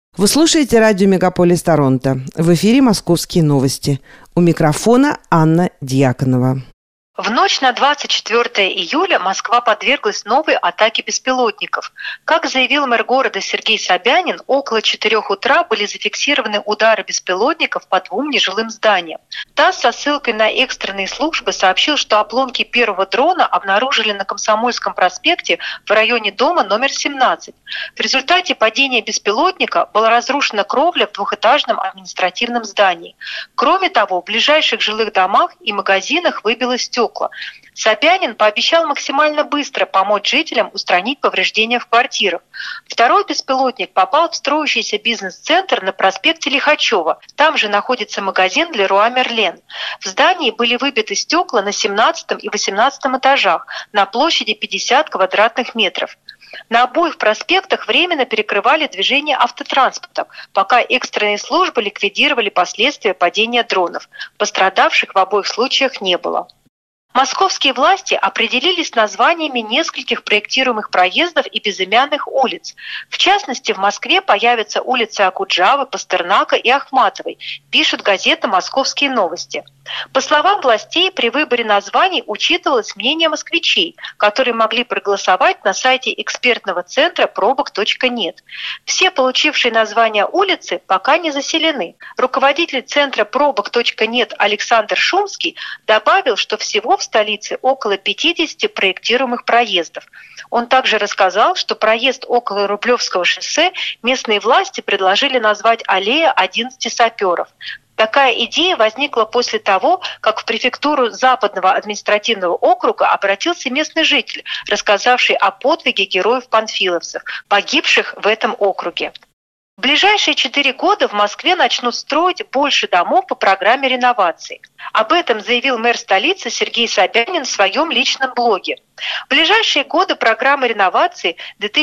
Вы слушаете радио «Мегаполис Торонто». В эфире «Московские новости». У микрофона Анна Дьяконова. В ночь на 24 июля Москва подверглась новой атаке беспилотников. Как заявил мэр города Сергей Собянин, около 4 утра были зафиксированы удары беспилотников по 2 нежилым зданиям. ТАСС со ссылкой на экстренные службы сообщил, что обломки первого дрона обнаружили на Комсомольском проспекте в районе дома номер 17. В результате падения беспилотника была разрушена кровля в двухэтажном административном здании. Кроме того, в ближайших жилых домах и магазинах выбило стекла. Собянин пообещал максимально быстро помочь жителям устранить повреждения в квартирах. Второй беспилотник попал в строящийся бизнес-центр на проспекте Лихачева. Там же находится магазин Леруа Мерлен. В здании были выбиты стекла на 17 и 18 этажах на площади 50 квадратных метров. На обоих проспектах временно перекрывали движение автотранспорта, пока экстренные службы ликвидировали последствия падения дронов. Пострадавших в обоих случаях не было. Московские власти определились с названиями нескольких проектируемых проездов и безымянных улиц. В частности, в Москве появятся улицы Акуджавы, Пастернака и Ахматовой, пишет газета «Московские новости». По словам властей, при выборе названий учитывалось мнение москвичей, которые могли проголосовать на сайте экспертного центра пробок.нет. Все получившие названия улицы пока не заселены. Руководитель центра пробок.нет Александр Шумский добавил, что всего в столице около 50 проектируемых проездов. Он также рассказал, что проезд около Рублевского шоссе местные власти предложили назвать «Аллея 11 саперов». Такая идея возникла после того, как в префектуру Западного административного округа обратился местный житель, рассказавший о подвиге героев-панфиловцев, погибших в этом округе. В ближайшие 4 года в Москве начнут строить больше домов по программе реновации. Об этом заявил мэр столицы Сергей Собянин в своем личном блоге. В ближайшие годы программы реновации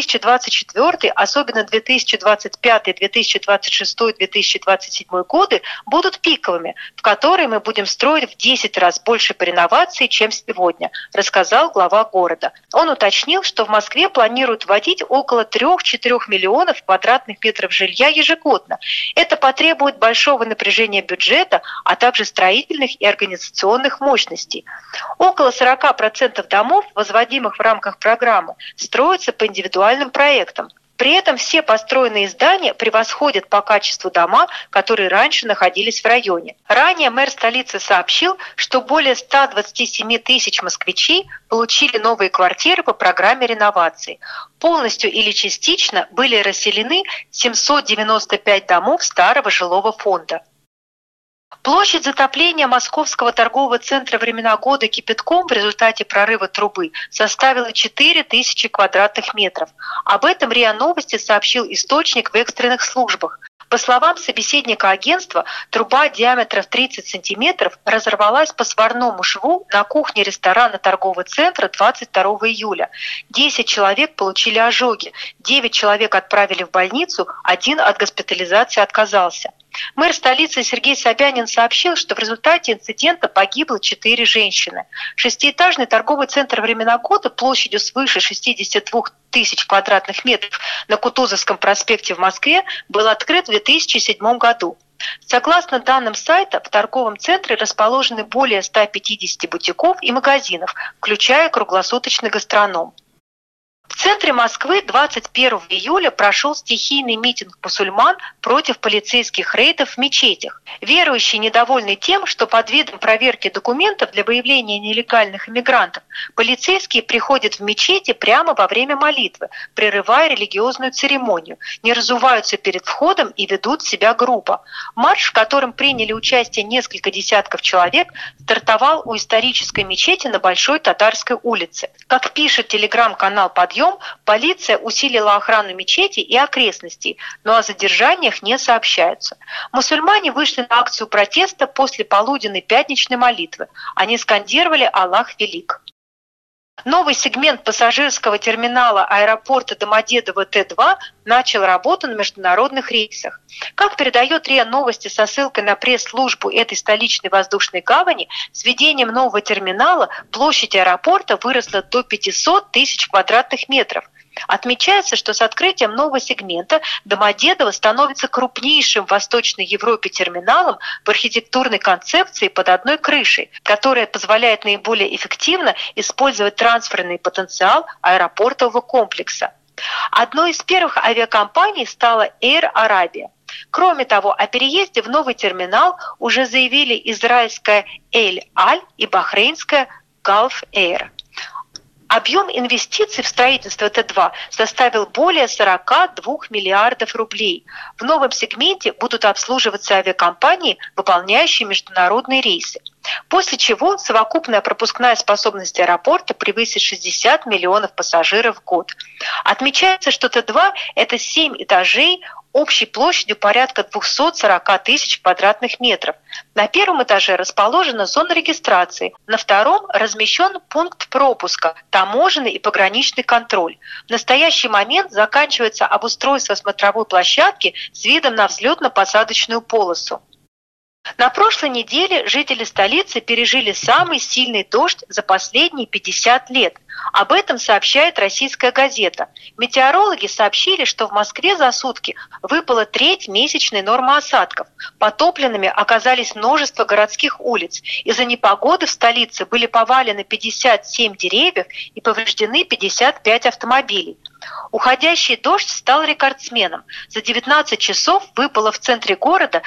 2024, особенно 2025, 2026, 2027 годы будут пиковыми, в которые мы будем строить в 10 раз больше по реновации, чем сегодня, рассказал глава города. Он уточнил, что в Москве планируют вводить около 3-4 миллионов квадратных метров жилья ежегодно. Это потребует большого напряжения бюджета, а также строительных и организационных мощностей. Около 40% домов, возводимых в рамках программы, строятся по индивидуальным проектам. При этом все построенные здания превосходят по качеству дома, которые раньше находились в районе. Ранее мэр столицы сообщил, что более 127 тысяч москвичей получили новые квартиры по программе реновации. Полностью или частично были расселены 795 домов старого жилого фонда. Площадь затопления Московского торгового центра «Времена года» кипятком в результате прорыва трубы составила 4000 квадратных метров. Об этом РИА Новости сообщил источник в экстренных службах. По словам собеседника агентства, труба диаметром 30 сантиметров разорвалась по сварному шву на кухне ресторана торгового центра 22 июля. 10 человек получили ожоги, 9 человек отправили в больницу, 1 от госпитализации отказался. Мэр столицы Сергей Собянин сообщил, что в результате инцидента погибло 4 женщины. Шестиэтажный торговый центр «Времена года» площадью свыше 62 тысяч квадратных метров на Кутузовском проспекте в Москве был открыт в 2007 году. Согласно данным сайта, в торговом центре расположены более 150 бутиков и магазинов, включая круглосуточный гастроном. В центре Москвы 21 июля прошел стихийный митинг мусульман против полицейских рейдов в мечетях. Верующие недовольны тем, что под видом проверки документов для выявления нелегальных иммигрантов полицейские приходят в мечети прямо во время молитвы, прерывая религиозную церемонию, не разуваются перед входом и ведут себя грубо. Марш, в котором приняли участие несколько десятков человек, стартовал у исторической мечети на Большой Татарской улице. Как пишет телеграм-канал «Подъем», полиция усилила охрану мечети и окрестностей, но о задержаниях не сообщается. Мусульмане вышли на акцию протеста после полуденной пятничной молитвы. Они скандировали «Аллах велик». Новый сегмент пассажирского терминала аэропорта Домодедово Т-2 начал работу на международных рейсах. Как передает РИА Новости со ссылкой на пресс-службу этой столичной воздушной гавани, с введением нового терминала площадь аэропорта выросла до 500 тысяч квадратных метров. Отмечается, что с открытием нового сегмента Домодедово становится крупнейшим в Восточной Европе терминалом в архитектурной концепции под одной крышей, которая позволяет наиболее эффективно использовать трансферный потенциал аэропортового комплекса. Одной из первых авиакомпаний стала Air Arabia. Кроме того, о переезде в новый терминал уже заявили израильская Эль-Аль и бахрейнская Gulf Air. Объем инвестиций в строительство Т-2 составил более 42 миллиардов рублей. В новом сегменте будут обслуживаться авиакомпании, выполняющие международные рейсы. После чего совокупная пропускная способность аэропорта превысит 60 миллионов пассажиров в год. Отмечается, что Т-2 – это 7 этажей общей площадью порядка 240 тысяч квадратных метров. На первом этаже расположена зона регистрации, на втором размещен пункт пропуска, таможенный и пограничный контроль. В настоящий момент заканчивается обустройство смотровой площадки с видом на взлетно-посадочную полосу. На прошлой неделе жители столицы пережили самый сильный дождь за последние 50 лет. Об этом сообщает российская газета. Метеорологи сообщили, что в Москве за сутки выпала треть месячной нормы осадков. Потопленными оказались множество городских улиц. Из-за непогоды в столице были повалены 57 деревьев и повреждены 55 автомобилей. Уходящий дождь стал рекордсменом. За 19 часов выпало в центре города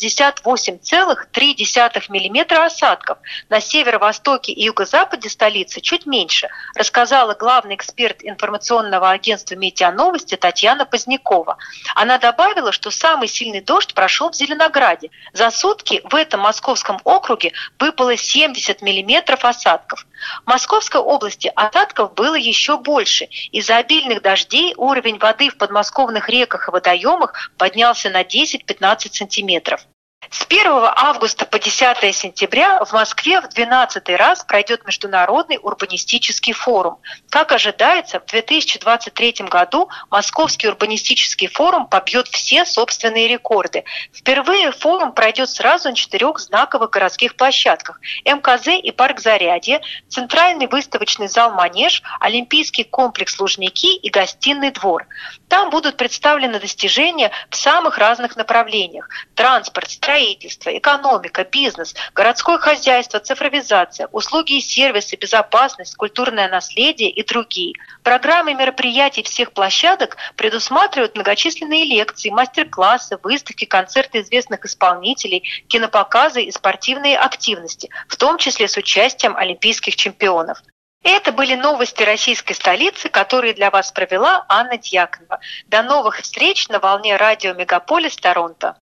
68,3 мм осадков. На северо-востоке и юго-западе столицы чуть меньше, рассказала главный эксперт информационного агентства «Метеоновости» Татьяна Позднякова. Она добавила, что самый сильный дождь прошел в Зеленограде. За сутки в этом московском округе выпало 70 мм осадков. В Московской области осадков было еще больше. Из-за обильных дождей уровень воды в подмосковных реках и водоемах поднялся на 10-15 сантиметров. С 1 августа по 10 сентября в Москве в 12-й раз пройдет Международный урбанистический форум. Как ожидается, в 2023 году Московский урбанистический форум побьет все собственные рекорды. Впервые форум пройдет сразу на 4 знаковых городских площадках – МКЗ и парк Зарядье, Центральный выставочный зал «Манеж», Олимпийский комплекс «Лужники» и Гостиный двор. Там будут представлены достижения в самых разных направлениях – транспорт, строительство, экономика, бизнес, городское хозяйство, цифровизация, услуги и сервисы, безопасность, культурное наследие и другие. Программы мероприятий всех площадок предусматривают многочисленные лекции, мастер-классы, выставки, концерты известных исполнителей, кинопоказы и спортивные активности, в том числе с участием олимпийских чемпионов. Это были новости российской столицы, которые для вас провела Анна Дьяконова. До новых встреч на волне радио Мегаполис Торонто.